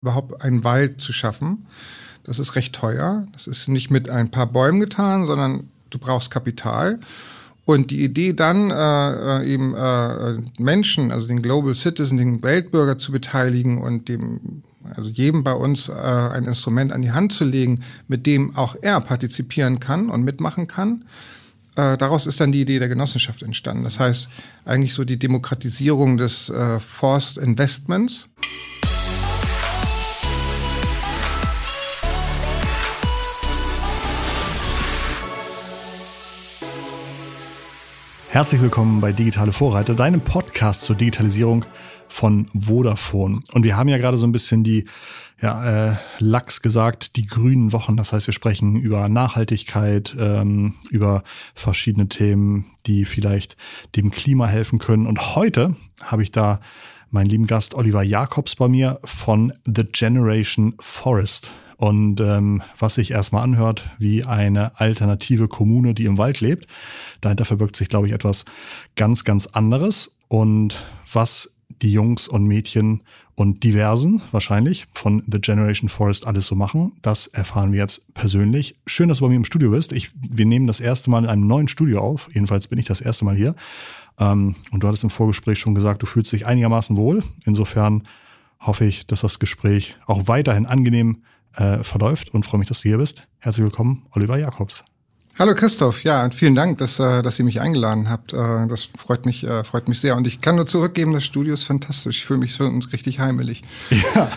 überhaupt einen Wald zu schaffen. Das ist recht teuer. Das ist nicht mit ein paar Bäumen getan, sondern du brauchst Kapital. Und die Idee dann, Menschen, also den Global Citizen, den Weltbürger zu beteiligen und jedem bei uns ein Instrument an die Hand zu legen, mit dem auch er partizipieren kann und mitmachen kann. Daraus ist dann die Idee der Genossenschaft entstanden. Das heißt, eigentlich so die Demokratisierung des Forced Investments. Herzlich willkommen bei Digitale Vorreiter, deinem Podcast zur Digitalisierung von Vodafone. Und wir haben ja gerade so ein bisschen lax gesagt, die grünen Wochen. Das heißt, wir sprechen über Nachhaltigkeit, über verschiedene Themen, die vielleicht dem Klima helfen können. Und heute habe ich da meinen lieben Gast Oliver Jacobs bei mir von The Generation Forest. Und was sich erstmal anhört wie eine alternative Kommune, die im Wald lebt, dahinter verbirgt sich, glaube ich, etwas ganz, ganz anderes. Und was die Jungs und Mädchen und Diversen wahrscheinlich von The Generation Forest alles so machen, das erfahren wir jetzt persönlich. Schön, dass du bei mir im Studio bist. Wir nehmen das erste Mal in einem neuen Studio auf. Jedenfalls bin ich das erste Mal hier. Und du hattest im Vorgespräch schon gesagt, du fühlst dich einigermaßen wohl. Insofern hoffe ich, dass das Gespräch auch weiterhin angenehm verläuft und freue mich, dass du hier bist. Herzlich willkommen, Oliver Jacobs. Hallo Christoph, ja, und vielen Dank, dass ihr mich eingeladen habt. Das freut mich sehr. Und ich kann nur zurückgeben, das Studio ist fantastisch. Ich fühle mich schon richtig heimelig. Ja,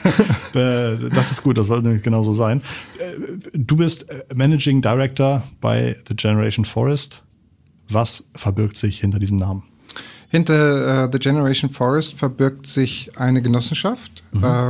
das ist gut, das sollte nämlich genauso sein. Du bist Managing Director bei The Generation Forest. Was verbirgt sich hinter diesem Namen? Hinter The Generation Forest verbirgt sich eine Genossenschaft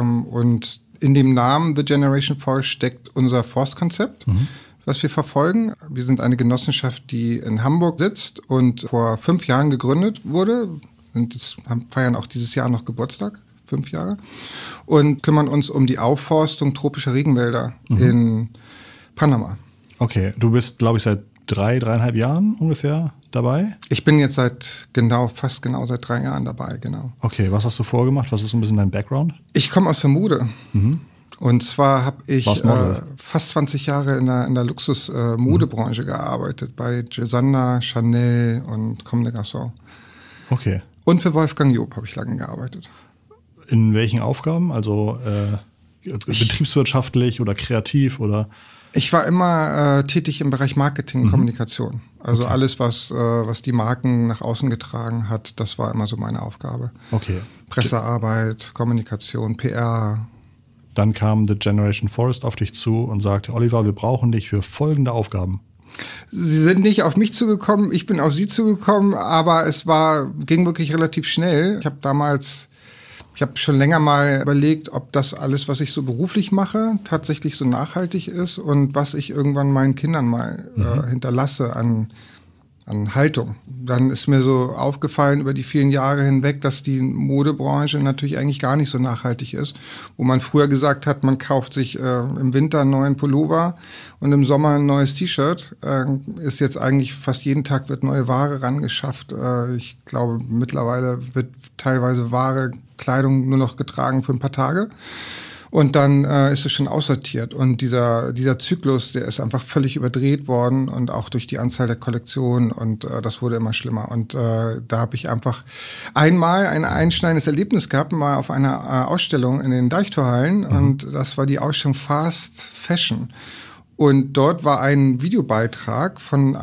und in dem Namen The Generation Forest steckt unser Forstkonzept, was wir verfolgen. Wir sind eine Genossenschaft, die in Hamburg sitzt und vor 5 Jahren gegründet wurde. Und feiern auch dieses Jahr noch Geburtstag, 5 Jahre. Und kümmern uns um die Aufforstung tropischer Regenwälder in Panama. Okay, du bist, glaube ich, seit 3,5 Jahren ungefähr dabei? Ich bin jetzt fast genau seit 3 Jahren dabei, genau. Okay, was hast du vorgemacht? Was ist so ein bisschen dein Background? Ich komme aus der Mode. Und zwar habe ich fast 20 Jahre in der Luxus-Modebranche gearbeitet, bei Gisanda, Chanel und Comme des Garçons. Okay. Und für Wolfgang Job habe ich lange gearbeitet. In welchen Aufgaben? Also betriebswirtschaftlich oder kreativ oder? Ich war immer tätig im Bereich Marketing und Kommunikation. Also alles, was die Marken nach außen getragen hat, das war immer so meine Aufgabe. Okay. Pressearbeit, Kommunikation, PR. Dann kam The Generation Forest auf dich zu und sagte, Oliver, wir brauchen dich für folgende Aufgaben. Sie sind nicht auf mich zugekommen, ich bin auf Sie zugekommen, aber ging wirklich relativ schnell. Ich habe schon länger mal überlegt, ob das alles, was ich so beruflich mache, tatsächlich so nachhaltig ist und was ich irgendwann meinen Kindern mal hinterlasse an Haltung. Dann ist mir so aufgefallen über die vielen Jahre hinweg, dass die Modebranche natürlich eigentlich gar nicht so nachhaltig ist. Wo man früher gesagt hat, man kauft sich im Winter einen neuen Pullover und im Sommer ein neues T-Shirt, ist jetzt eigentlich fast jeden Tag wird neue Ware rangeschafft. Ich glaube, mittlerweile wird teilweise Kleidung nur noch getragen für ein paar Tage. Und dann ist es schon aussortiert. Und dieser Zyklus, der ist einfach völlig überdreht worden und auch durch die Anzahl der Kollektionen. Und das wurde immer schlimmer. Und da habe ich einfach einmal ein einschneidendes Erlebnis gehabt, mal auf einer Ausstellung in den Deichtorhallen. Und das war die Ausstellung Fast Fashion. Und dort war ein Videobeitrag von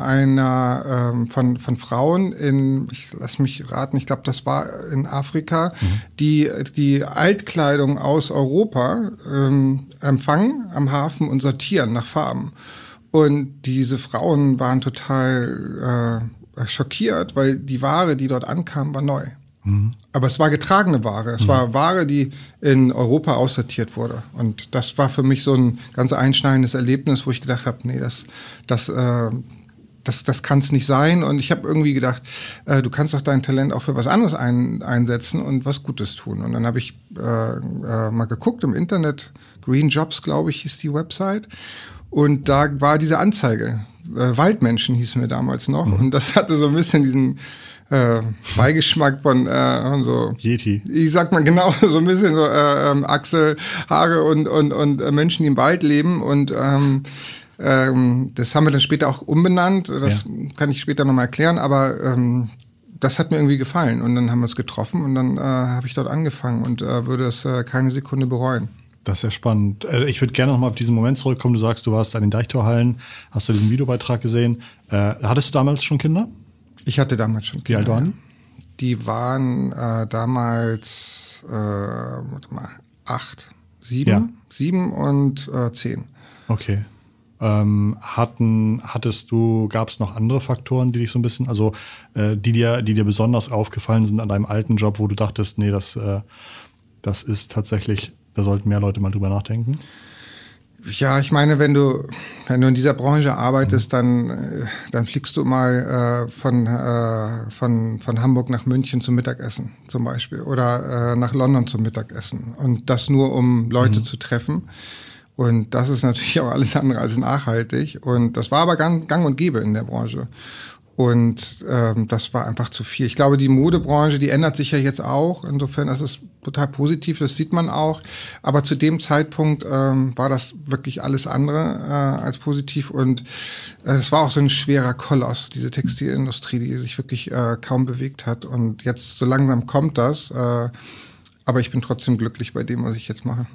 von Frauen lass mich raten, ich glaube, das war in Afrika, die Altkleidung aus Europa empfangen am Hafen und sortieren nach Farben. Und diese Frauen waren total schockiert, weil die Ware, die dort ankam, war neu. Aber es war getragene Ware. Es war Ware, die in Europa aussortiert wurde. Und das war für mich so ein ganz einschneidendes Erlebnis, wo ich gedacht habe, nee, das kann es nicht sein. Und ich habe irgendwie gedacht, du kannst doch dein Talent auch für was anderes einsetzen und was Gutes tun. Und dann habe ich mal geguckt im Internet, Green Jobs, glaube ich, hieß die Website. Und da war diese Anzeige, Waldmenschen hießen wir damals noch. Und das hatte so ein bisschen diesen Beigeschmack von so Yeti. Ich sag mal genau, so ein bisschen so Achselhaare und Menschen, die im Wald leben. Und das haben wir dann später auch umbenannt. Das kann ich später nochmal erklären, aber das hat mir irgendwie gefallen. Und dann haben wir uns getroffen und dann habe ich dort angefangen und würde es keine Sekunde bereuen. Das ist ja spannend. Ich würde gerne nochmal auf diesen Moment zurückkommen. Du sagst, du warst an den Deichtorhallen, hast du diesen Videobeitrag gesehen. Hattest du damals schon Kinder? Ich hatte damals schon Kinder. Wie alt waren die? Die waren damals 7 und 10. Okay. Gab es noch andere Faktoren, die dich so ein bisschen, also die dir besonders aufgefallen sind an deinem alten Job, wo du dachtest, nee, das ist tatsächlich, da sollten mehr Leute mal drüber nachdenken? Ja, ich meine, wenn du in dieser Branche arbeitest, dann fliegst du mal von Hamburg nach München zum Mittagessen zum Beispiel oder nach London zum Mittagessen und das nur, um Leute zu treffen. Und das ist natürlich auch alles andere als nachhaltig. Und das war aber gang und gäbe in der Branche. Und das war einfach zu viel. Ich glaube, die Modebranche, die ändert sich ja jetzt auch. Insofern ist es total positiv, das sieht man auch. Aber zu dem Zeitpunkt war das wirklich alles andere als positiv. Und es war auch so ein schwerer Koloss, diese Textilindustrie, die sich wirklich kaum bewegt hat. Und jetzt so langsam kommt das. Aber ich bin trotzdem glücklich bei dem, was ich jetzt mache.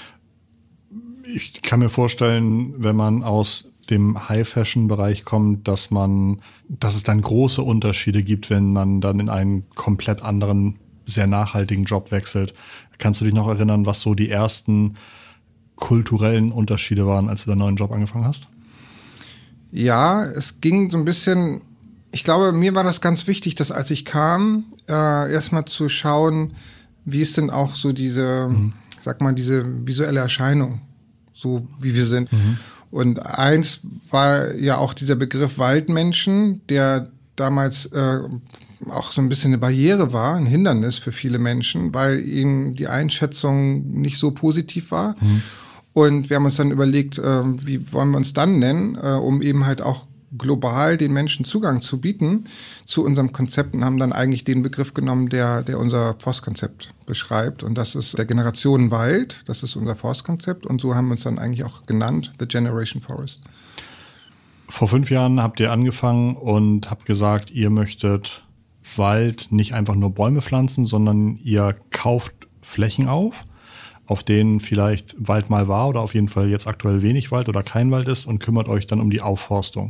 Ich kann mir vorstellen, wenn man aus dem High-Fashion-Bereich kommt, dass es dann große Unterschiede gibt, wenn man dann in einen komplett anderen, sehr nachhaltigen Job wechselt. Kannst du dich noch erinnern, was so die ersten kulturellen Unterschiede waren, als du deinen neuen Job angefangen hast? Ja, es ging so ein bisschen, ich glaube, mir war das ganz wichtig, dass als ich kam, erstmal zu schauen, wie ist denn auch so diese visuelle Erscheinung, so wie wir sind. Und eins war ja auch dieser Begriff Waldmenschen, der damals auch so ein bisschen eine Barriere war, ein Hindernis für viele Menschen, weil ihnen die Einschätzung nicht so positiv war. Und wir haben uns dann überlegt, wie wollen wir uns dann nennen, um eben halt auch global den Menschen Zugang zu bieten zu unserem Konzept und haben dann eigentlich den Begriff genommen, der unser Forstkonzept beschreibt. Und das ist der Generation Wald, das ist unser Forstkonzept. Und so haben wir uns dann eigentlich auch genannt, The Generation Forest. Vor 5 Jahren habt ihr angefangen und habt gesagt, ihr möchtet Wald nicht einfach nur Bäume pflanzen, sondern ihr kauft Flächen auf denen vielleicht Wald mal war oder auf jeden Fall jetzt aktuell wenig Wald oder kein Wald ist und kümmert euch dann um die Aufforstung.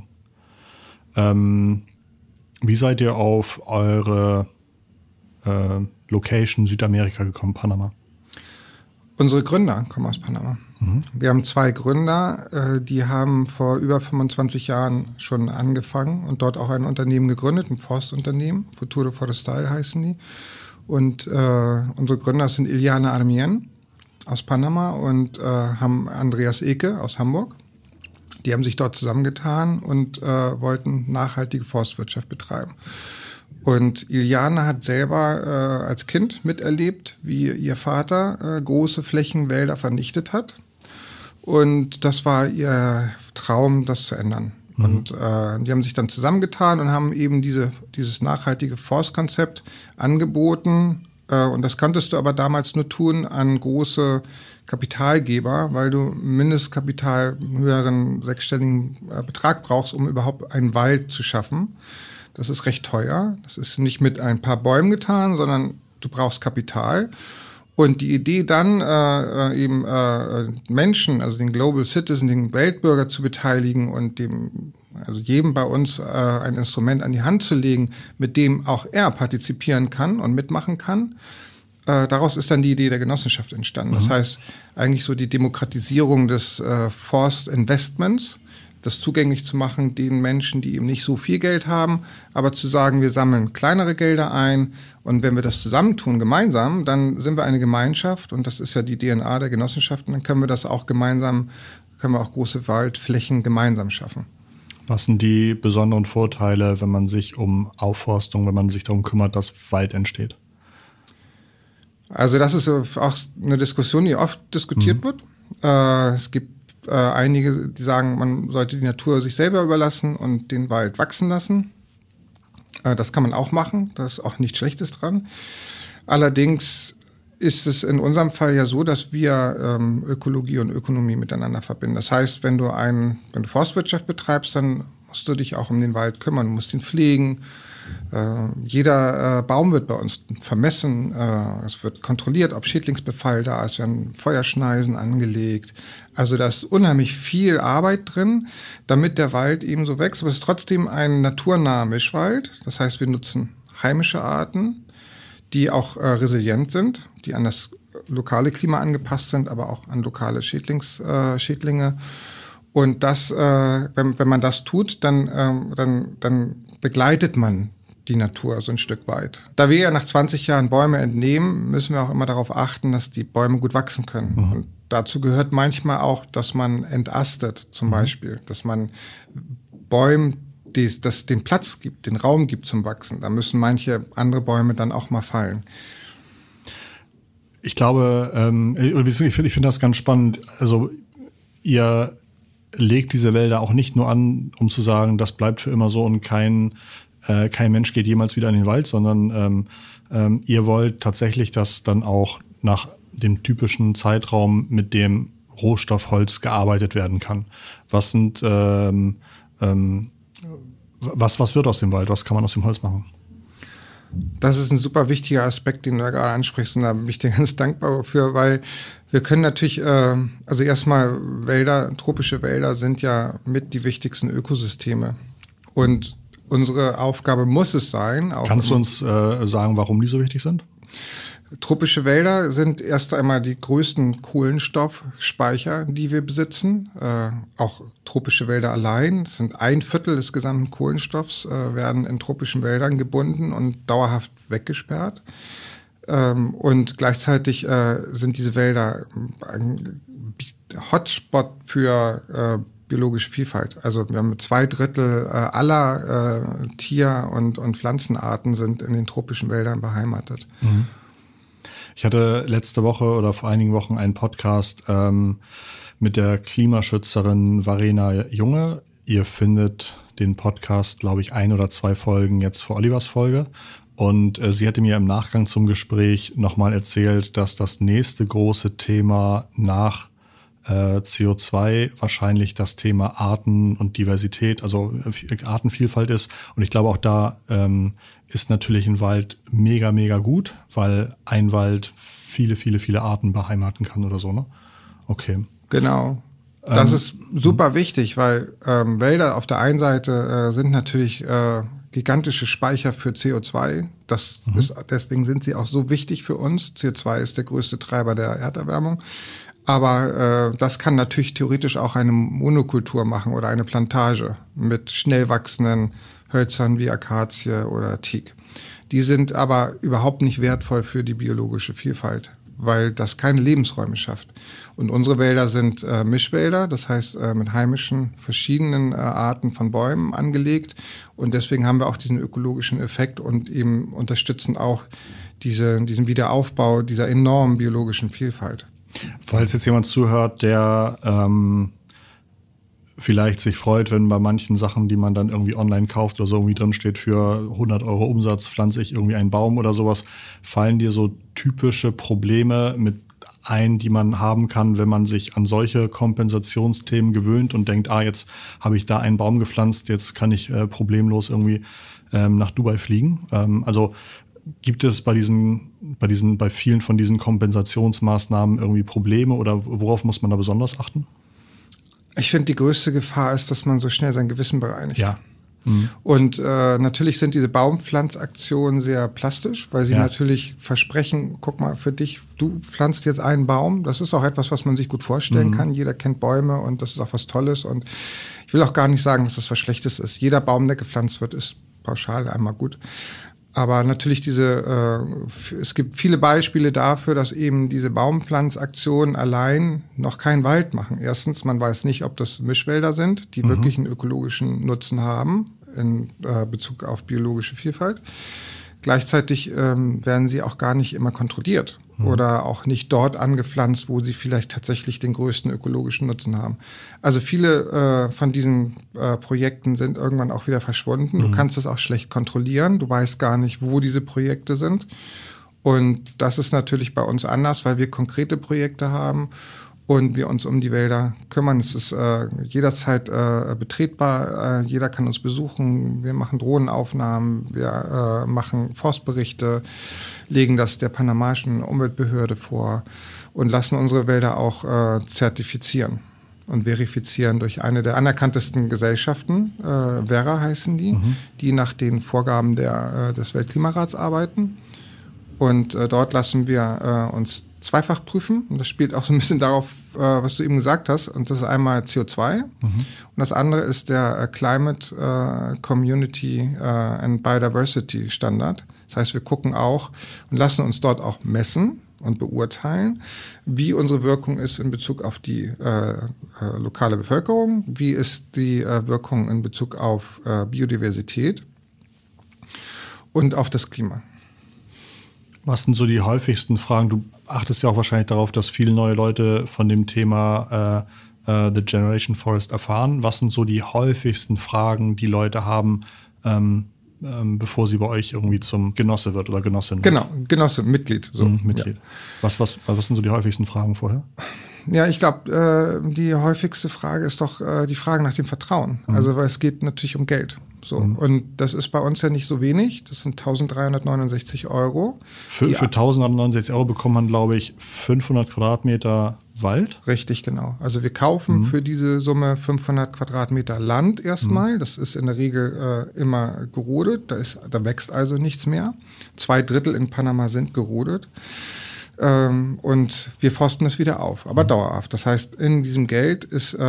Wie seid ihr auf eure Location Südamerika gekommen, Panama? Unsere Gründer kommen aus Panama. Wir haben 2 Gründer, die haben vor über 25 Jahren schon angefangen und dort auch ein Unternehmen gegründet, ein Forstunternehmen, Futuro Forestal heißen die. Und unsere Gründer sind Iliana Armien aus Panama und haben Andreas Eke aus Hamburg. Die haben sich dort zusammengetan und wollten nachhaltige Forstwirtschaft betreiben. Und Iliana hat selber als Kind miterlebt, wie ihr Vater große Flächen Wälder vernichtet hat. Und das war ihr Traum, das zu ändern. Und die haben sich dann zusammengetan und haben eben dieses nachhaltige Forstkonzept angeboten. Und das konntest du aber damals nur tun an große Kapitalgeber, weil du Mindestkapital einen höheren 6-stelligen Betrag brauchst, um überhaupt einen Wald zu schaffen. Das ist recht teuer. Das ist nicht mit ein paar Bäumen getan, sondern du brauchst Kapital. Und die Idee dann, Menschen, also den Global Citizen, den Weltbürger zu beteiligen und jedem bei uns ein Instrument an die Hand zu legen, mit dem auch er partizipieren kann und mitmachen kann. Daraus ist dann die Idee der Genossenschaft entstanden. Das heißt, eigentlich so die Demokratisierung des Forstinvestments, das zugänglich zu machen den Menschen, die eben nicht so viel Geld haben, aber zu sagen, wir sammeln kleinere Gelder ein und wenn wir das zusammentun, gemeinsam, dann sind wir eine Gemeinschaft und das ist ja die DNA der Genossenschaften, dann können wir das auch gemeinsam, können wir auch große Waldflächen gemeinsam schaffen. Was sind die besonderen Vorteile, wenn man sich um Aufforstung, wenn man sich darum kümmert, dass Wald entsteht? Also das ist auch eine Diskussion, die oft diskutiert wird. Es gibt einige, die sagen, man sollte die Natur sich selber überlassen und den Wald wachsen lassen. Das kann man auch machen, da ist auch nichts Schlechtes dran. Allerdings ist es in unserem Fall ja so, dass wir Ökologie und Ökonomie miteinander verbinden. Das heißt, wenn du Forstwirtschaft betreibst, dann musst du dich auch um den Wald kümmern, du musst ihn pflegen. Jeder Baum wird bei uns vermessen, es wird kontrolliert, ob Schädlingsbefall da ist, werden Feuerschneisen angelegt. Also da ist unheimlich viel Arbeit drin, damit der Wald eben so wächst. Aber es ist trotzdem ein naturnaher Mischwald. Das heißt, wir nutzen heimische Arten, die auch resilient sind, die an das lokale Klima angepasst sind, aber auch an lokale Schädlinge. Und das, wenn man das tut, dann begleitet man die Natur so ein Stück weit. Da wir ja nach 20 Jahren Bäume entnehmen, müssen wir auch immer darauf achten, dass die Bäume gut wachsen können. Mhm. Und dazu gehört manchmal auch, dass man entastet, zum Beispiel, dass man Bäumen den Platz gibt, den Raum gibt zum Wachsen. Da müssen manche andere Bäume dann auch mal fallen. Ich glaube, ich finde das ganz spannend. Also ihr legt diese Wälder auch nicht nur an, um zu sagen, das bleibt für immer so und kein Mensch geht jemals wieder in den Wald, sondern ihr wollt tatsächlich, dass dann auch nach dem typischen Zeitraum mit dem Rohstoff Holz gearbeitet werden kann. Was wird aus dem Wald? Was kann man aus dem Holz machen? Das ist ein super wichtiger Aspekt, den du da gerade ansprichst, und da bin ich dir ganz dankbar für, weil wir können natürlich, also erstmal tropische Wälder sind ja mit die wichtigsten Ökosysteme, und unsere Aufgabe muss es sein. Kannst du uns sagen, warum die so wichtig sind? Tropische Wälder sind erst einmal die größten Kohlenstoffspeicher, die wir besitzen. Auch tropische Wälder allein, das sind 1/4 des gesamten Kohlenstoffs, werden in tropischen Wäldern gebunden und dauerhaft weggesperrt. Und gleichzeitig sind diese Wälder ein Hotspot für biologische Vielfalt. Also wir haben 2/3 aller Tier- und Pflanzenarten sind in den tropischen Wäldern beheimatet. Mhm. Ich hatte letzte Woche oder vor einigen Wochen einen Podcast mit der Klimaschützerin Verena Junge. Ihr findet den Podcast, glaube ich, 1 oder 2 Folgen jetzt vor Olivers Folge. Und sie hatte mir im Nachgang zum Gespräch nochmal erzählt, dass das nächste große Thema nach CO2 wahrscheinlich das Thema Arten und Diversität, also Artenvielfalt ist. Und ich glaube, auch da ist natürlich ein Wald mega, mega gut, weil ein Wald viele Arten beheimaten kann oder so, ne? Okay. Genau. Das ist super wichtig, weil Wälder auf der einen Seite sind natürlich gigantische Speicher für CO2. Deswegen sind sie auch so wichtig für uns. CO2 ist der größte Treiber der Erderwärmung. Aber das kann natürlich theoretisch auch eine Monokultur machen oder eine Plantage mit schnell wachsenden Hölzern wie Akazie oder Teak. Die sind aber überhaupt nicht wertvoll für die biologische Vielfalt, weil das keine Lebensräume schafft. Und unsere Wälder sind Mischwälder, das heißt mit heimischen verschiedenen Arten von Bäumen angelegt. Und deswegen haben wir auch diesen ökologischen Effekt und eben unterstützen auch diesen Wiederaufbau dieser enormen biologischen Vielfalt. Falls jetzt jemand zuhört, der vielleicht sich freut, wenn bei manchen Sachen, die man dann irgendwie online kauft oder so irgendwie drin steht, für 100 € Umsatz pflanze ich irgendwie einen Baum oder sowas. Fallen dir so typische Probleme mit ein, die man haben kann, wenn man sich an solche Kompensationsthemen gewöhnt und denkt, jetzt habe ich da einen Baum gepflanzt, jetzt kann ich problemlos irgendwie nach Dubai fliegen. Also gibt es bei vielen von diesen Kompensationsmaßnahmen irgendwie Probleme oder worauf muss man da besonders achten? Ich finde, die größte Gefahr ist, dass man so schnell sein Gewissen bereinigt. Ja. Mhm. Und natürlich sind diese Baumpflanzaktionen sehr plastisch, weil sie natürlich versprechen, guck mal, für dich, du pflanzt jetzt einen Baum. Das ist auch etwas, was man sich gut vorstellen kann. Jeder kennt Bäume und das ist auch was Tolles. Und ich will auch gar nicht sagen, dass das was Schlechtes ist. Jeder Baum, der gepflanzt wird, ist pauschal einmal gut. Aber natürlich es gibt viele Beispiele dafür, dass eben diese Baumpflanzaktionen allein noch keinen Wald machen. Erstens, man weiß nicht, ob das Mischwälder sind, die wirklich einen ökologischen Nutzen haben in Bezug auf biologische Vielfalt. Gleichzeitig werden sie auch gar nicht immer kontrolliert. oder auch nicht dort angepflanzt, wo sie vielleicht tatsächlich den größten ökologischen Nutzen haben. Also viele von diesen Projekten sind irgendwann auch wieder verschwunden. Du kannst es auch schlecht kontrollieren. Du weißt gar nicht, wo diese Projekte sind. Und das ist natürlich bei uns anders, weil wir konkrete Projekte haben und wir uns um die Wälder kümmern. Es ist jederzeit betretbar. Jeder kann uns besuchen. Wir machen Drohnenaufnahmen. Wir machen Forstberichte, legen das der panamaischen Umweltbehörde vor und lassen unsere Wälder auch zertifizieren und verifizieren durch eine der anerkanntesten Gesellschaften. Verra heißen die, die nach den Vorgaben des Weltklimarats arbeiten. Und dort lassen wir uns zweifach prüfen. Und das spielt auch so ein bisschen darauf, was du eben gesagt hast. Und das ist einmal CO2. Und das andere ist der Climate Community and Biodiversity Standard. Das heißt, wir gucken auch und lassen uns dort auch messen und beurteilen, wie unsere Wirkung ist in Bezug auf die lokale Bevölkerung, wie ist die Wirkung in Bezug auf Biodiversität und auf das Klima. Was sind so die häufigsten Fragen? Du achtest ja auch wahrscheinlich darauf, dass viele neue Leute von dem Thema The Generation Forest erfahren. Was sind so die häufigsten Fragen, die Leute haben, bevor sie bei euch irgendwie zum Genosse wird oder Genossin wird? Genau, Genosse, Mitglied. So. Mitglied. Ja. Was sind so die häufigsten Fragen vorher? Ja, ich glaube, die häufigste Frage ist doch die Frage nach dem Vertrauen. Also, weil es geht natürlich um Geld. So. Und das ist bei uns ja nicht so wenig. Das sind 1.369 Euro. Für 1.369 Euro bekommt man, glaube ich, 500 Quadratmeter Wald. Richtig, genau. Also wir kaufen für diese Summe 500 Quadratmeter Land erstmal. Das ist in der Regel immer gerodet. Da wächst also nichts mehr. 2/3 in Panama sind gerodet. Und wir forsten es wieder auf, aber dauerhaft. Das heißt, in diesem Geld ist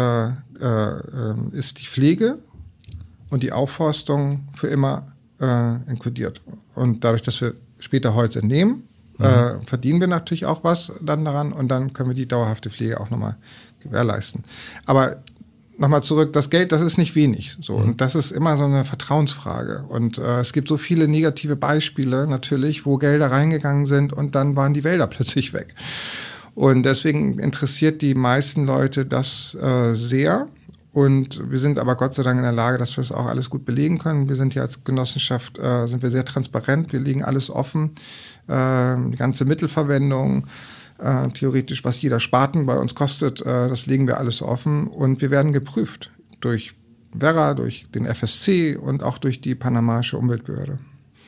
die Pflege und die Aufforstung für immer inkludiert. Und dadurch, dass wir später Holz entnehmen, verdienen wir natürlich auch was dann daran und dann können wir die dauerhafte Pflege auch nochmal gewährleisten. Aber nochmal zurück, das Geld, das ist nicht wenig. So. Und das ist immer so eine Vertrauensfrage. Und es gibt so viele negative Beispiele natürlich, wo Gelder reingegangen sind und dann waren die Wälder plötzlich weg. Und deswegen interessiert die meisten Leute das sehr. Und wir sind aber Gott sei Dank in der Lage, dass wir das auch alles gut belegen können. Wir sind ja als Genossenschaft sind wir sehr transparent. Wir legen alles offen. Die ganze Mittelverwendung, theoretisch, was jeder Spaten bei uns kostet, das legen wir alles offen. Und wir werden geprüft durch Verra, durch den FSC und auch durch die panamaische Umweltbehörde.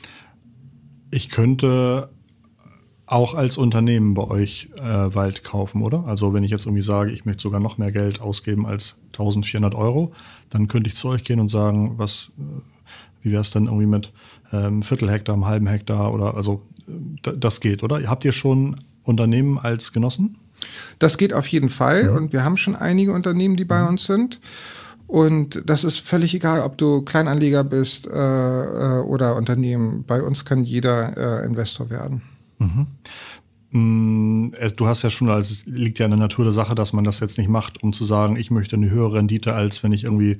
Ich könnte auch als Unternehmen bei euch Wald kaufen, oder? Also wenn ich jetzt irgendwie sage, ich möchte sogar noch mehr Geld ausgeben als 1.400 Euro, dann könnte ich zu euch gehen und sagen, wie wäre es dann irgendwie mit einem Viertelhektar, einem halben Hektar oder also das geht, oder? Habt ihr schon Unternehmen als Genossen? Das geht auf jeden Fall und wir haben schon einige Unternehmen, die bei uns sind. Und das ist völlig egal, ob du Kleinanleger bist oder Unternehmen. Bei uns kann jeder Investor werden. Du hast ja schon, also es liegt ja in der Natur der Sache, dass man das jetzt nicht macht, um zu sagen, ich möchte eine höhere Rendite, als wenn ich irgendwie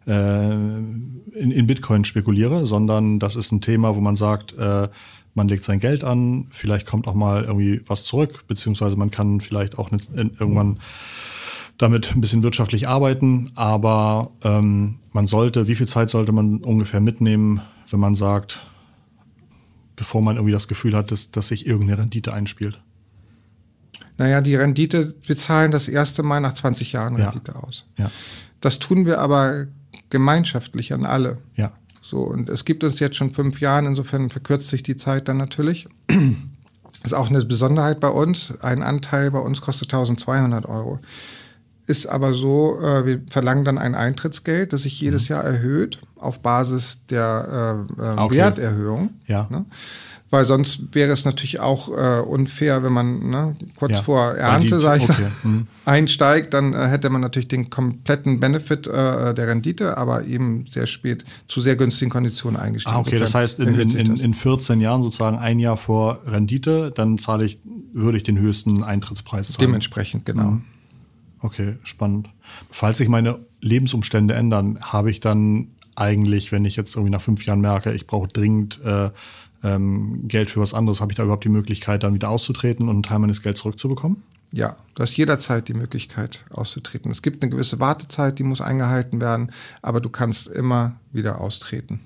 in Bitcoin spekuliere, sondern das ist ein Thema, wo man sagt, man legt sein Geld an, vielleicht kommt auch mal irgendwie was zurück, beziehungsweise man kann vielleicht auch irgendwann damit ein bisschen wirtschaftlich arbeiten, aber wie viel Zeit sollte man ungefähr mitnehmen, wenn man sagt, bevor man irgendwie das Gefühl hat, dass sich irgendeine Rendite einspielt? Naja, die Rendite, wir zahlen das erste Mal nach 20 Jahren Rendite aus. Ja. Das tun wir aber gemeinschaftlich an alle. Ja. So, und es gibt uns jetzt schon 5 Jahre, insofern verkürzt sich die Zeit dann natürlich. Das ist auch eine Besonderheit bei uns. Ein Anteil bei uns kostet 1.200 Euro. Ist aber so, wir verlangen dann ein Eintrittsgeld, das sich jedes Jahr erhöht auf Basis der Werterhöhung. Ja. Ne? Weil sonst wäre es natürlich auch unfair, wenn man kurz vor Ernte, einsteigt, dann hätte man natürlich den kompletten Benefit der Rendite, aber eben sehr spät zu sehr günstigen Konditionen eingestiegen. Okay, das heißt in 14 Jahren sozusagen ein Jahr vor Rendite, dann würde ich den höchsten Eintrittspreis zahlen. Dementsprechend, genau. Okay, spannend. Falls sich meine Lebensumstände ändern, habe ich dann eigentlich, wenn ich jetzt irgendwie nach 5 Jahren merke, ich brauche dringend Geld für was anderes, habe ich da überhaupt die Möglichkeit, dann wieder auszutreten und einen Teil meines Gelds zurückzubekommen? Ja, du hast jederzeit die Möglichkeit auszutreten. Es gibt eine gewisse Wartezeit, die muss eingehalten werden, aber du kannst immer wieder austreten.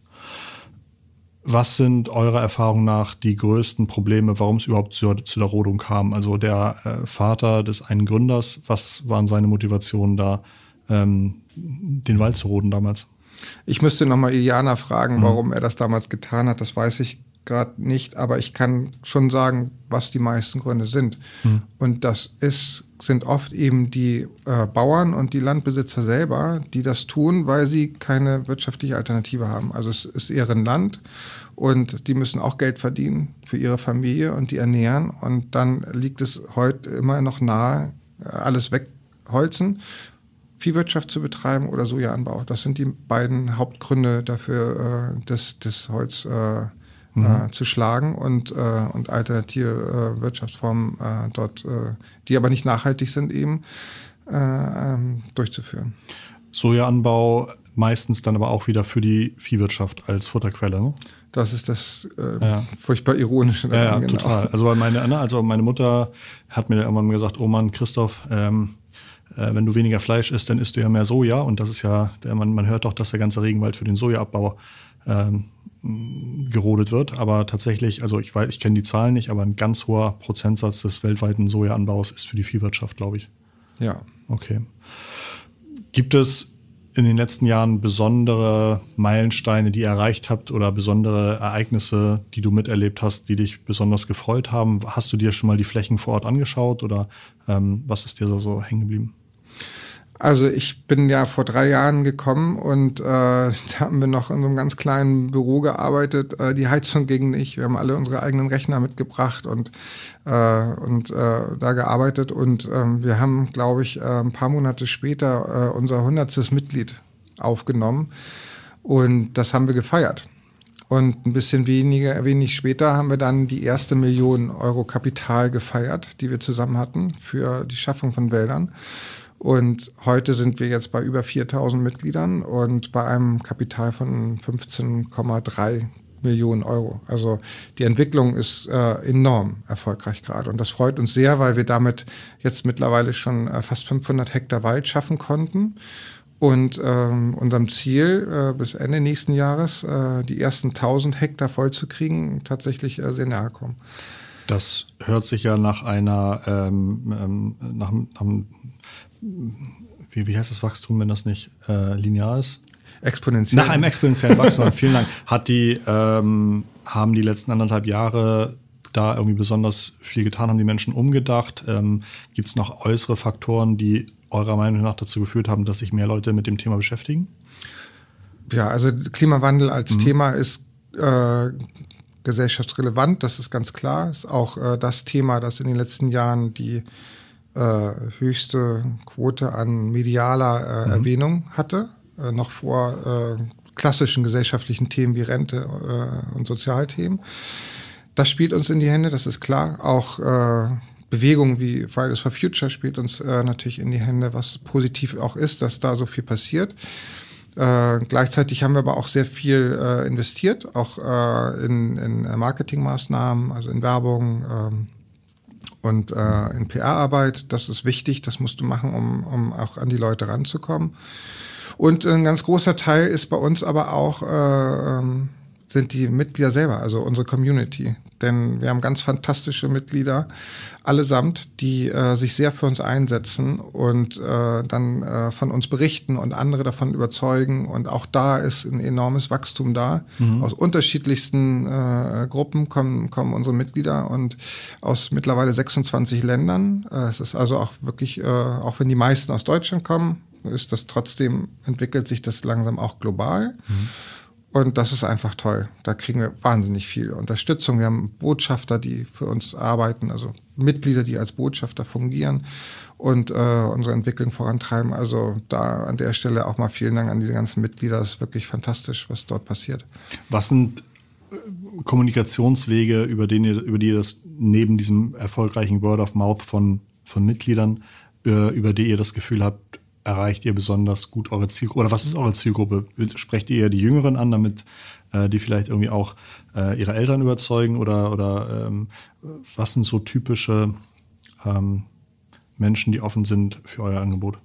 Was sind eurer Erfahrung nach die größten Probleme, warum es überhaupt zu der Rodung kam? Also der Vater des einen Gründers, was waren seine Motivationen da, den Wald zu roden damals? Ich müsste nochmal Iliana fragen, warum er das damals getan hat. Das weiß ich gerade nicht, aber ich kann schon sagen, was die meisten Gründe sind. Und das sind oft eben die Bauern und die Landbesitzer selber, die das tun, weil sie keine wirtschaftliche Alternative haben. Also es ist deren Land und die müssen auch Geld verdienen für ihre Familie und die ernähren. Und dann liegt es heute immer noch nahe, alles wegholzen, Viehwirtschaft zu betreiben oder Sojaanbau. Das sind die beiden Hauptgründe dafür, das Holz zu schlagen und alternative Wirtschaftsformen dort, die aber nicht nachhaltig sind, eben durchzuführen. Sojaanbau meistens dann aber auch wieder für die Viehwirtschaft als Futterquelle, ne? Das ist das furchtbar Ironische daran. Ja, genau. Total. Also meine Mutter hat mir irgendwann gesagt, oh Mann, Christoph, wenn du weniger Fleisch isst, dann isst du ja mehr Soja. Und das ist ja, man hört doch, dass der ganze Regenwald für den Sojaabbau gerodet wird. Aber tatsächlich, also ich kenne die Zahlen nicht, aber ein ganz hoher Prozentsatz des weltweiten Sojaanbaus ist für die Viehwirtschaft, glaube ich. Ja. Okay. Gibt es in den letzten Jahren besondere Meilensteine, die ihr erreicht habt oder besondere Ereignisse, die du miterlebt hast, die dich besonders gefreut haben? Hast du dir schon mal die Flächen vor Ort angeschaut oder was ist dir so hängen geblieben? Also ich bin ja vor 3 Jahren gekommen und da haben wir noch in so einem ganz kleinen Büro gearbeitet. Die Heizung ging nicht. Wir haben alle unsere eigenen Rechner mitgebracht und da gearbeitet. Und wir haben, glaube ich, ein paar Monate später unser 100. Mitglied aufgenommen. Und das haben wir gefeiert. Und ein bisschen wenig später haben wir dann die erste Million Euro Kapital gefeiert, die wir zusammen hatten für die Schaffung von Wäldern. Und heute sind wir jetzt bei über 4.000 Mitgliedern und bei einem Kapital von 15,3 Millionen Euro. Also die Entwicklung ist enorm erfolgreich gerade. Und das freut uns sehr, weil wir damit jetzt mittlerweile schon fast 500 Hektar Wald schaffen konnten. Und unserem Ziel bis Ende nächsten Jahres die ersten 1.000 Hektar voll zu kriegen, tatsächlich sehr nahe kommen. Das hört sich ja nach einer wie heißt das Wachstum, wenn das nicht linear ist? Exponentiell. Nach einem exponentiellen Wachstum. Vielen Dank. Haben die letzten 1,5 Jahre da irgendwie besonders viel getan? Haben die Menschen umgedacht? Gibt es noch äußere Faktoren, die eurer Meinung nach dazu geführt haben, dass sich mehr Leute mit dem Thema beschäftigen? Ja, also Klimawandel als Thema ist gesellschaftsrelevant, das ist ganz klar. Ist auch das Thema, das in den letzten Jahren die höchste Quote an medialer Erwähnung hatte, noch vor klassischen gesellschaftlichen Themen wie Rente und Sozialthemen. Das spielt uns in die Hände, das ist klar. Auch Bewegungen wie Fridays for Future spielt uns natürlich in die Hände, was positiv auch ist, dass da so viel passiert. Gleichzeitig haben wir aber auch sehr viel investiert, auch in Marketingmaßnahmen, also in Werbung und in PR-Arbeit. Das ist wichtig, das musst du machen, um auch an die Leute ranzukommen. Und ein ganz großer Teil ist bei uns aber auch sind die Mitglieder selber, also unsere Community. Denn wir haben ganz fantastische Mitglieder, allesamt, die sich sehr für uns einsetzen und dann von uns berichten und andere davon überzeugen. Und auch da ist ein enormes Wachstum da. Aus unterschiedlichsten Gruppen kommen unsere Mitglieder und aus mittlerweile 26 Ländern. Es ist also auch wirklich, auch wenn die meisten aus Deutschland kommen, ist das trotzdem, entwickelt sich das langsam auch global. Und das ist einfach toll. Da kriegen wir wahnsinnig viel Unterstützung. Wir haben Botschafter, die für uns arbeiten, also Mitglieder, die als Botschafter fungieren und unsere Entwicklung vorantreiben. Also da an der Stelle auch mal vielen Dank an diese ganzen Mitglieder. Das ist wirklich fantastisch, was dort passiert. Was sind Kommunikationswege, über die ihr das neben diesem erfolgreichen Word of Mouth von Mitgliedern, über die ihr das Gefühl habt, erreicht ihr besonders gut eure Zielgruppe? Oder was ist eure Zielgruppe? Sprecht ihr eher die Jüngeren an, damit die vielleicht irgendwie auch ihre Eltern überzeugen? Oder was sind so typische Menschen, die offen sind für euer Angebot?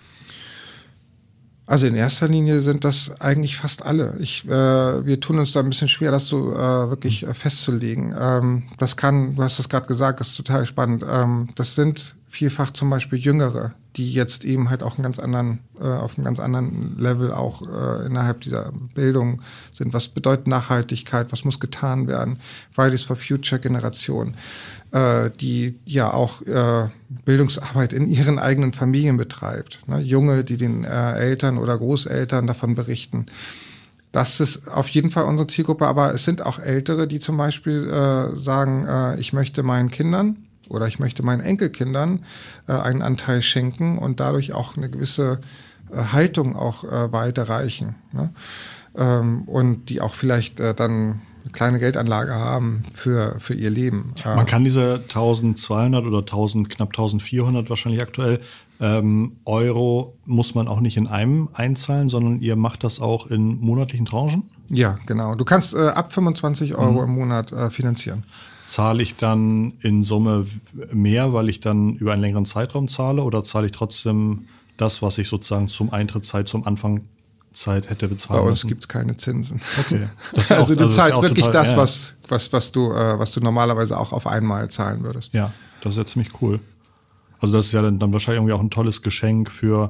Also in erster Linie sind das eigentlich fast alle. Wir tun uns da ein bisschen schwer, das so wirklich festzulegen. Du hast das gerade gesagt, das ist total spannend. Das sind vielfach zum Beispiel Jüngere, die jetzt eben halt auch auf einem ganz anderen Level auch innerhalb dieser Bildung sind. Was bedeutet Nachhaltigkeit? Was muss getan werden? Fridays for Future Generation, die ja auch Bildungsarbeit in ihren eigenen Familien betreibt. Ne? Junge, die den Eltern oder Großeltern davon berichten. Das ist auf jeden Fall unsere Zielgruppe, aber es sind auch Ältere, die zum Beispiel sagen, ich möchte meinen Kindern oder ich möchte meinen Enkelkindern einen Anteil schenken und dadurch auch eine gewisse Haltung auch weiterreichen. Ne? Und die auch vielleicht dann eine kleine Geldanlage haben für ihr Leben. Man kann diese 1.200 oder knapp 1.400 wahrscheinlich aktuell Euro muss man auch nicht in einem einzahlen, sondern ihr macht das auch in monatlichen Tranchen? Ja, genau. Du kannst ab 25 Euro im Monat finanzieren. Zahle ich dann in Summe mehr, weil ich dann über einen längeren Zeitraum zahle, oder zahle ich trotzdem das, was ich sozusagen zum Eintrittszeit, zum Anfangszeit hätte bezahlen müssen? Bei uns gibt es keine Zinsen. Okay. Also du zahlst wirklich total, das, was du normalerweise auch auf einmal zahlen würdest. Ja, das ist ja ziemlich cool. Also das ist ja dann wahrscheinlich irgendwie auch ein tolles Geschenk für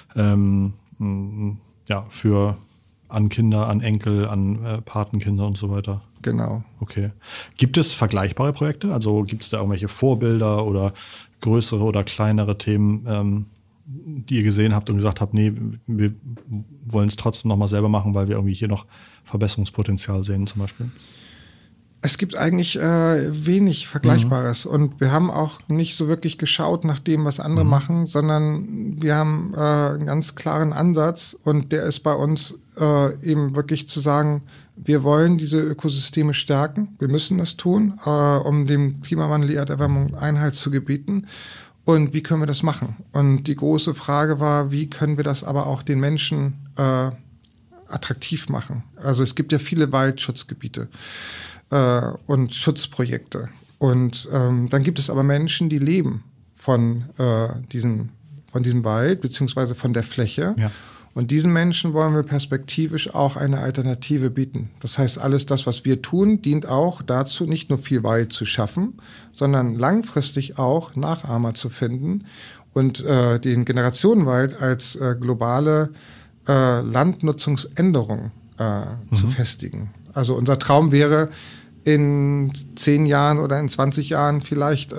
an Kinder, an Enkel, an Patenkinder und so weiter. Genau. Okay. Gibt es vergleichbare Projekte? Also gibt es da irgendwelche Vorbilder oder größere oder kleinere Themen, die ihr gesehen habt und gesagt habt, nee, wir wollen es trotzdem nochmal selber machen, weil wir irgendwie hier noch Verbesserungspotenzial sehen zum Beispiel? Es gibt eigentlich wenig Vergleichbares und wir haben auch nicht so wirklich geschaut nach dem, was andere machen, sondern wir haben einen ganz klaren Ansatz und der ist bei uns eben wirklich zu sagen, wir wollen diese Ökosysteme stärken, wir müssen das tun, um dem Klimawandel, die Erderwärmung Einhalt zu gebieten. Und wie können wir das machen? Und die große Frage war, wie können wir das aber auch den Menschen attraktiv machen? Also es gibt ja viele Waldschutzgebiete und Schutzprojekte. Und dann gibt es aber Menschen, die leben von diesem Wald beziehungsweise von der Fläche. Ja. Und diesen Menschen wollen wir perspektivisch auch eine Alternative bieten. Das heißt, alles das, was wir tun, dient auch dazu, nicht nur viel Wald zu schaffen, sondern langfristig auch Nachahmer zu finden und den Generationenwald als globale Landnutzungsänderung zu festigen. Also unser Traum wäre, in 10 Jahren oder in 20 Jahren vielleicht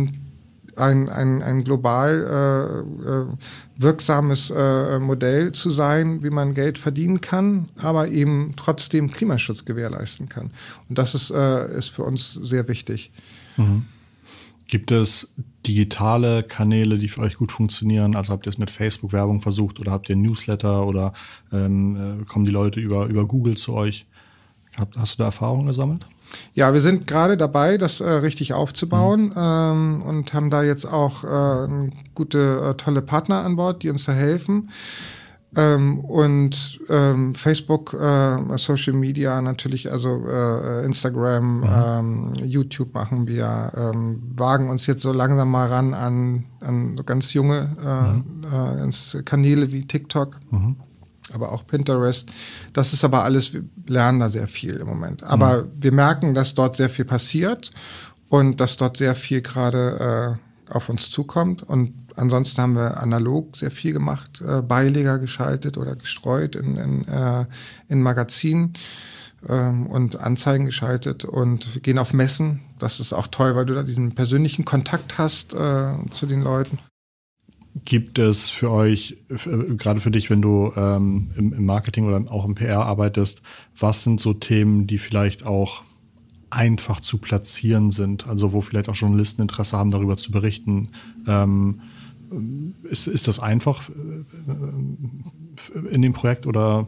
ein global wirksames Modell zu sein, wie man Geld verdienen kann, aber eben trotzdem Klimaschutz gewährleisten kann. Und das ist für uns sehr wichtig. Mhm. Gibt es digitale Kanäle, die für euch gut funktionieren? Also habt ihr es mit Facebook-Werbung versucht oder habt ihr Newsletter oder kommen die Leute über Google zu euch? Hast du da Erfahrungen gesammelt? Ja, wir sind gerade dabei, das richtig aufzubauen und haben da jetzt auch gute, tolle Partner an Bord, die uns da helfen. Facebook, Social Media natürlich, also Instagram, YouTube machen wir, wagen uns jetzt so langsam mal ran an ganz junge Kanäle wie TikTok. Aber auch Pinterest. Das ist aber alles, wir lernen da sehr viel im Moment. Aber wir merken, dass dort sehr viel passiert und dass dort sehr viel gerade auf uns zukommt. Und ansonsten haben wir analog sehr viel gemacht, Beileger geschaltet oder gestreut in Magazinen und Anzeigen geschaltet und wir gehen auf Messen. Das ist auch toll, weil du da diesen persönlichen Kontakt hast zu den Leuten. Gibt es für euch, gerade für dich, wenn du im Marketing oder auch im PR arbeitest, was sind so Themen, die vielleicht auch einfach zu platzieren sind? Also wo vielleicht auch Journalisten Interesse haben, darüber zu berichten. Ist das einfach in dem Projekt oder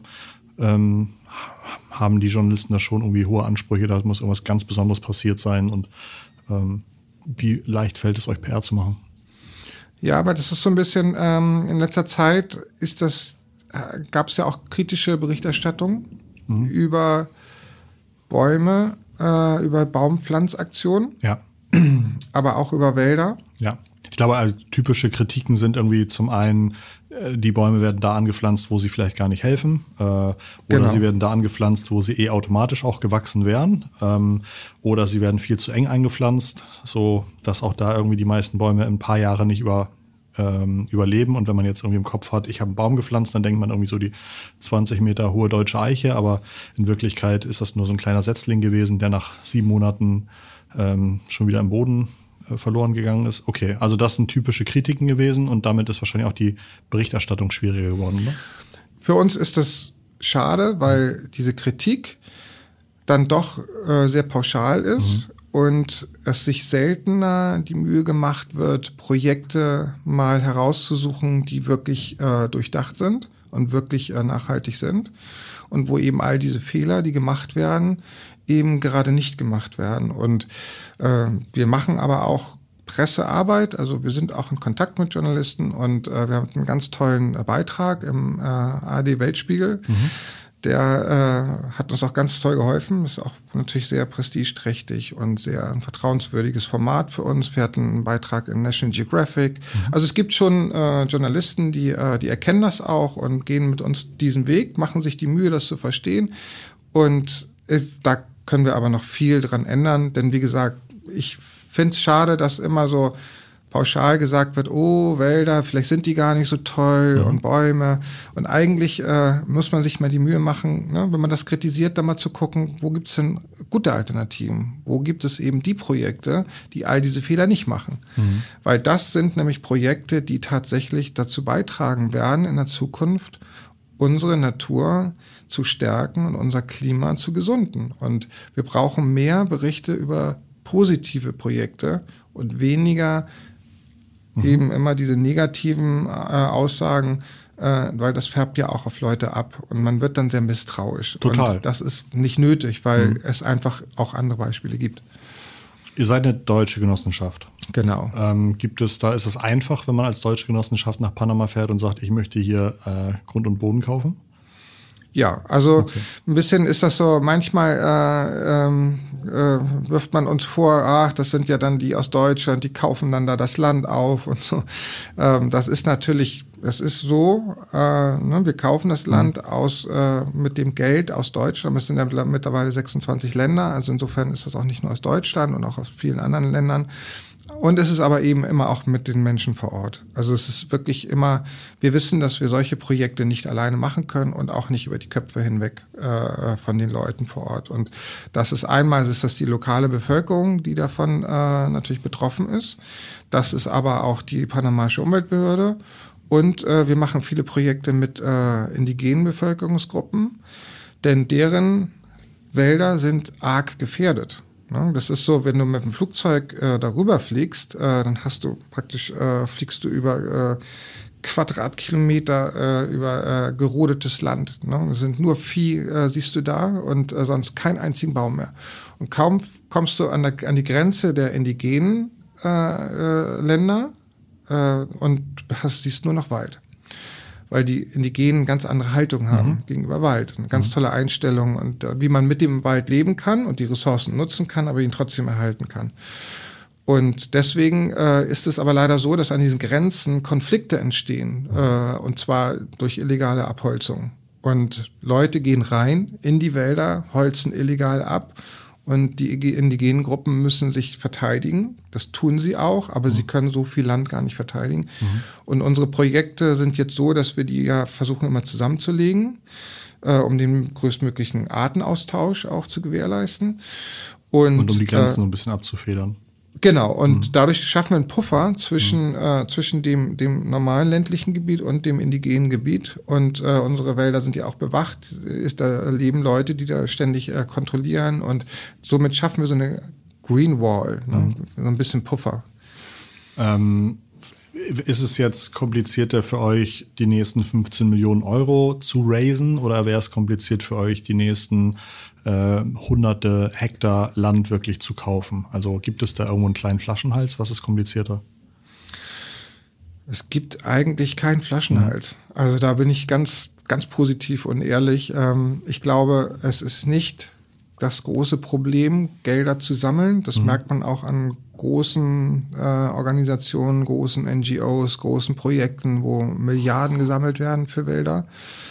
haben die Journalisten da schon irgendwie hohe Ansprüche? Da muss irgendwas ganz Besonderes passiert sein. Und wie leicht fällt es euch, PR zu machen? Ja, aber das ist so ein bisschen, in letzter Zeit gab es ja auch kritische Berichterstattung über Bäume, über Baumpflanzaktionen, Ja. aber auch über Wälder. Ja. Ich glaube, also typische Kritiken sind irgendwie zum einen, die Bäume werden da angepflanzt, wo sie vielleicht gar nicht helfen. Oder sie werden da angepflanzt, wo sie automatisch auch gewachsen wären. Oder sie werden viel zu eng eingepflanzt, so dass auch da irgendwie die meisten Bäume in ein paar Jahren nicht überleben. Und wenn man jetzt irgendwie im Kopf hat, ich habe einen Baum gepflanzt, dann denkt man irgendwie so die 20 Meter hohe deutsche Eiche. Aber in Wirklichkeit ist das nur so ein kleiner Setzling gewesen, der nach 7 Monaten schon wieder im Boden verloren gegangen ist. Okay, also das sind typische Kritiken gewesen und damit ist wahrscheinlich auch die Berichterstattung schwieriger geworden, ne? Für uns ist das schade, weil diese Kritik dann doch sehr pauschal ist und es sich seltener die Mühe gemacht wird, Projekte mal herauszusuchen, die wirklich durchdacht sind und wirklich nachhaltig sind und wo eben all diese Fehler, die gemacht werden, eben gerade nicht gemacht werden. Und wir machen aber auch Pressearbeit, also wir sind auch in Kontakt mit Journalisten und wir haben einen ganz tollen Beitrag im ARD Weltspiegel. Der hat uns auch ganz toll geholfen, ist auch natürlich sehr prestigeträchtig und sehr ein vertrauenswürdiges Format für uns. Wir hatten einen Beitrag in National Geographic. Also es gibt schon Journalisten, die erkennen das auch und gehen mit uns diesen Weg, machen sich die Mühe, das zu verstehen. Und da können wir aber noch viel dran ändern, denn wie gesagt, ich finde es schade, dass immer so pauschal gesagt wird, oh, Wälder, vielleicht sind die gar nicht so toll und Bäume. Und eigentlich muss man sich mal die Mühe machen, ne, wenn man das kritisiert, dann mal zu gucken, wo gibt es denn gute Alternativen? Wo gibt es eben die Projekte, die all diese Fehler nicht machen? Weil das sind nämlich Projekte, die tatsächlich dazu beitragen werden, in der Zukunft unsere Natur zu stärken und unser Klima zu gesunden. Und wir brauchen mehr Berichte über positive Projekte und weniger eben immer diese negativen Aussagen, weil das färbt ja auch auf Leute ab und man wird dann sehr misstrauisch. Total. Und das ist nicht nötig, weil es einfach auch andere Beispiele gibt. Ihr seid eine deutsche Genossenschaft. Genau. Ist es einfach, wenn man als deutsche Genossenschaft nach Panama fährt und sagt, ich möchte hier Grund und Boden kaufen? Ja, also ein bisschen ist das so, manchmal wirft man uns vor, ach, das sind ja dann die aus Deutschland, die kaufen dann da das Land auf und so. Das ist natürlich, das ist so, ne, wir kaufen das Land mit dem Geld aus Deutschland. Es sind ja mittlerweile 26 Länder, also insofern ist das auch nicht nur aus Deutschland und auch aus vielen anderen Ländern. Und es ist aber eben immer auch mit den Menschen vor Ort. Also es ist wirklich immer, wir wissen, dass wir solche Projekte nicht alleine machen können und auch nicht über die Köpfe hinweg von den Leuten vor Ort. Und das ist das die lokale Bevölkerung, die davon natürlich betroffen ist. Das ist aber auch die panamaische Umweltbehörde. Und wir machen viele Projekte mit indigenen Bevölkerungsgruppen, denn deren Wälder sind arg gefährdet. Das ist so, wenn du mit dem Flugzeug darüber fliegst, dann hast du praktisch, fliegst du über Quadratkilometer über gerodetes Land. Ne? Es sind nur Vieh, siehst du da und sonst keinen einzigen Baum mehr. Und kaum kommst du an die Grenze der indigenen Länder und siehst nur noch Wald. Weil die Indigenen ganz andere Haltung haben gegenüber Wald. Eine ganz tolle Einstellung und wie man mit dem Wald leben kann und die Ressourcen nutzen kann, aber ihn trotzdem erhalten kann. Und deswegen ist es aber leider so, dass an diesen Grenzen Konflikte entstehen, und zwar durch illegale Abholzung. Und Leute gehen rein in die Wälder, holzen illegal ab. Und die indigenen Gruppen müssen sich verteidigen. Das tun sie auch, aber sie können so viel Land gar nicht verteidigen. Und unsere Projekte sind jetzt so, dass wir die ja versuchen immer zusammenzulegen, um den größtmöglichen Artenaustausch auch zu gewährleisten. Und um die Grenzen ein bisschen abzufedern. Genau, und dadurch schaffen wir einen Puffer zwischen dem normalen ländlichen Gebiet und dem indigenen Gebiet. Und unsere Wälder sind ja auch bewacht. Da leben Leute, die da ständig kontrollieren. Und somit schaffen wir so eine Green Wall, ne? So ein bisschen Puffer. Ist es jetzt komplizierter für euch, die nächsten 15 Millionen Euro zu raisen? Oder wäre es kompliziert für euch, die nächsten hunderte Hektar Land wirklich zu kaufen? Also gibt es da irgendwo einen kleinen Flaschenhals? Was ist komplizierter? Es gibt eigentlich keinen Flaschenhals. Also da bin ich ganz positiv und ehrlich. Ich glaube, es ist nicht das große Problem, Gelder zu sammeln. Das merkt man auch an großen Organisationen, großen NGOs, großen Projekten, wo Milliarden gesammelt werden für Wälder.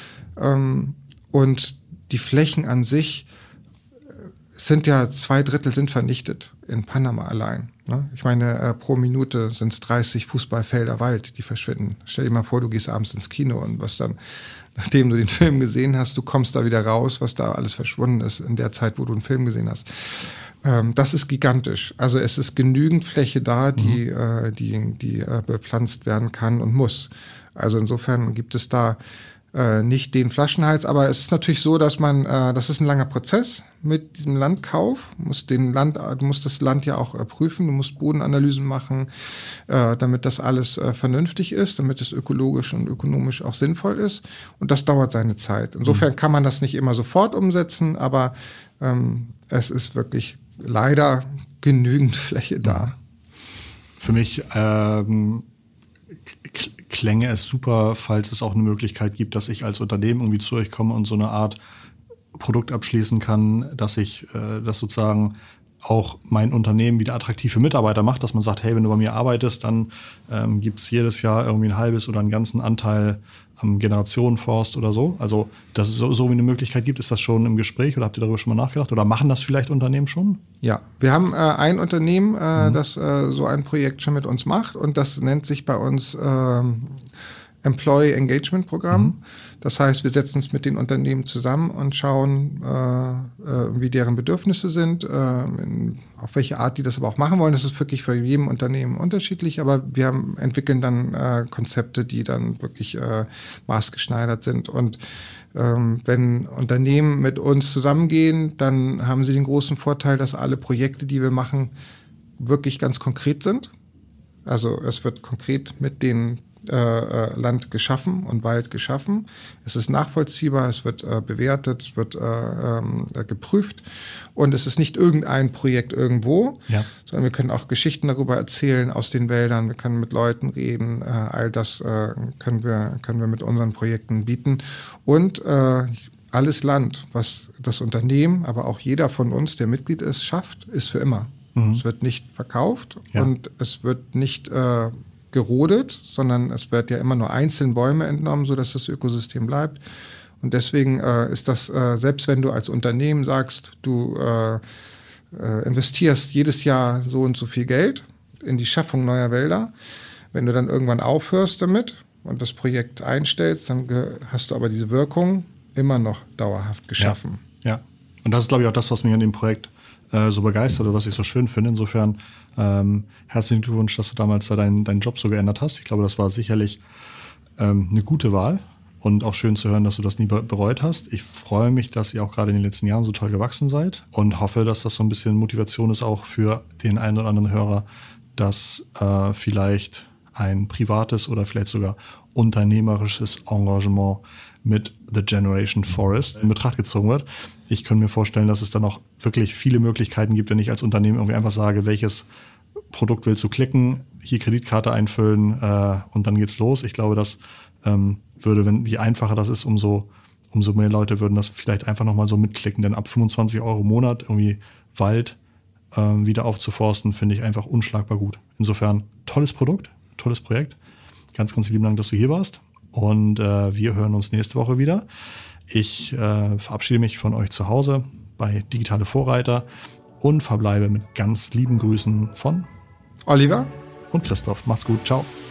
Und die Flächen an sich sind ja 2/3 sind vernichtet in Panama allein. Ne? Ich meine, pro Minute sind es 30 Fußballfelder Wald, die verschwinden. Stell dir mal vor, du gehst abends ins Kino und was dann, nachdem du den Film gesehen hast, du kommst da wieder raus, was da alles verschwunden ist in der Zeit, wo du einen Film gesehen hast. Das ist gigantisch. Also es ist genügend Fläche da, die bepflanzt werden kann und muss. Also insofern gibt es da nicht den Flaschenhals, aber es ist natürlich so, dass das ist ein langer Prozess mit diesem Landkauf. Du musst das Land ja auch prüfen, du musst Bodenanalysen machen, damit das alles vernünftig ist, damit es ökologisch und ökonomisch auch sinnvoll ist. Und das dauert seine Zeit. Insofern kann man das nicht immer sofort umsetzen, aber es ist wirklich leider genügend Fläche da. Für mich klänge es super, falls es auch eine Möglichkeit gibt, dass ich als Unternehmen irgendwie zu euch komme und so eine Art Produkt abschließen kann, dass ich das sozusagen auch mein Unternehmen wieder attraktiv für Mitarbeiter macht, dass man sagt, hey, wenn du bei mir arbeitest, dann gibt's jedes Jahr irgendwie ein halbes oder einen ganzen Anteil am Generationenforst oder so. Also, dass es so wie eine Möglichkeit gibt, ist das schon im Gespräch oder habt ihr darüber schon mal nachgedacht oder machen das vielleicht Unternehmen schon? Ja, wir haben ein Unternehmen, das so ein Projekt schon mit uns macht und das nennt sich bei uns Employee Engagement Programm. Das heißt, wir setzen uns mit den Unternehmen zusammen und schauen, wie deren Bedürfnisse sind, auf welche Art die das aber auch machen wollen. Das ist wirklich für jedem Unternehmen unterschiedlich, aber wir entwickeln dann Konzepte, die dann wirklich maßgeschneidert sind. Und wenn Unternehmen mit uns zusammengehen, dann haben sie den großen Vorteil, dass alle Projekte, die wir machen, wirklich ganz konkret sind. Also es wird konkret mit den Land geschaffen und Wald geschaffen. Es ist nachvollziehbar, es wird bewertet, es wird geprüft und es ist nicht irgendein Projekt irgendwo, sondern wir können auch Geschichten darüber erzählen aus den Wäldern, wir können mit Leuten reden, all das können wir mit unseren Projekten bieten und alles Land, was das Unternehmen, aber auch jeder von uns, der Mitglied ist, schafft, ist für immer. Es wird nicht verkauft und es wird nicht gerodet, sondern es wird ja immer nur einzeln Bäume entnommen, sodass das Ökosystem bleibt. Und deswegen ist das, selbst wenn du als Unternehmen sagst, du investierst jedes Jahr so und so viel Geld in die Schaffung neuer Wälder, wenn du dann irgendwann aufhörst damit und das Projekt einstellst, dann hast du aber diese Wirkung immer noch dauerhaft geschaffen. Ja. Und das ist, glaube ich, auch das, was mich an dem Projekt so begeistert oder was ich so schön finde. Insofern herzlichen Glückwunsch, dass du damals da deinen Job so geändert hast. Ich glaube, das war sicherlich eine gute Wahl und auch schön zu hören, dass du das nie bereut hast. Ich freue mich, dass ihr auch gerade in den letzten Jahren so toll gewachsen seid und hoffe, dass das so ein bisschen Motivation ist auch für den einen oder anderen Hörer, dass vielleicht ein privates oder vielleicht sogar unternehmerisches Engagement mit The Generation Forest in Betracht gezogen wird. Ich könnte mir vorstellen, dass es dann auch wirklich viele Möglichkeiten gibt, wenn ich als Unternehmen irgendwie einfach sage, welches Produkt willst du klicken, hier Kreditkarte einfüllen und dann geht's los. Ich glaube, das je einfacher das ist, umso mehr Leute würden das vielleicht einfach nochmal so mitklicken. Denn ab 25 € im Monat irgendwie Wald wieder aufzuforsten, finde ich einfach unschlagbar gut. Insofern tolles Produkt, tolles Projekt. Ganz, ganz lieben Dank, dass du hier warst. Und wir hören uns nächste Woche wieder. Ich verabschiede mich von euch zu Hause bei Digitale Vorreiter und verbleibe mit ganz lieben Grüßen von Oliver und Christoph. Macht's gut. Ciao.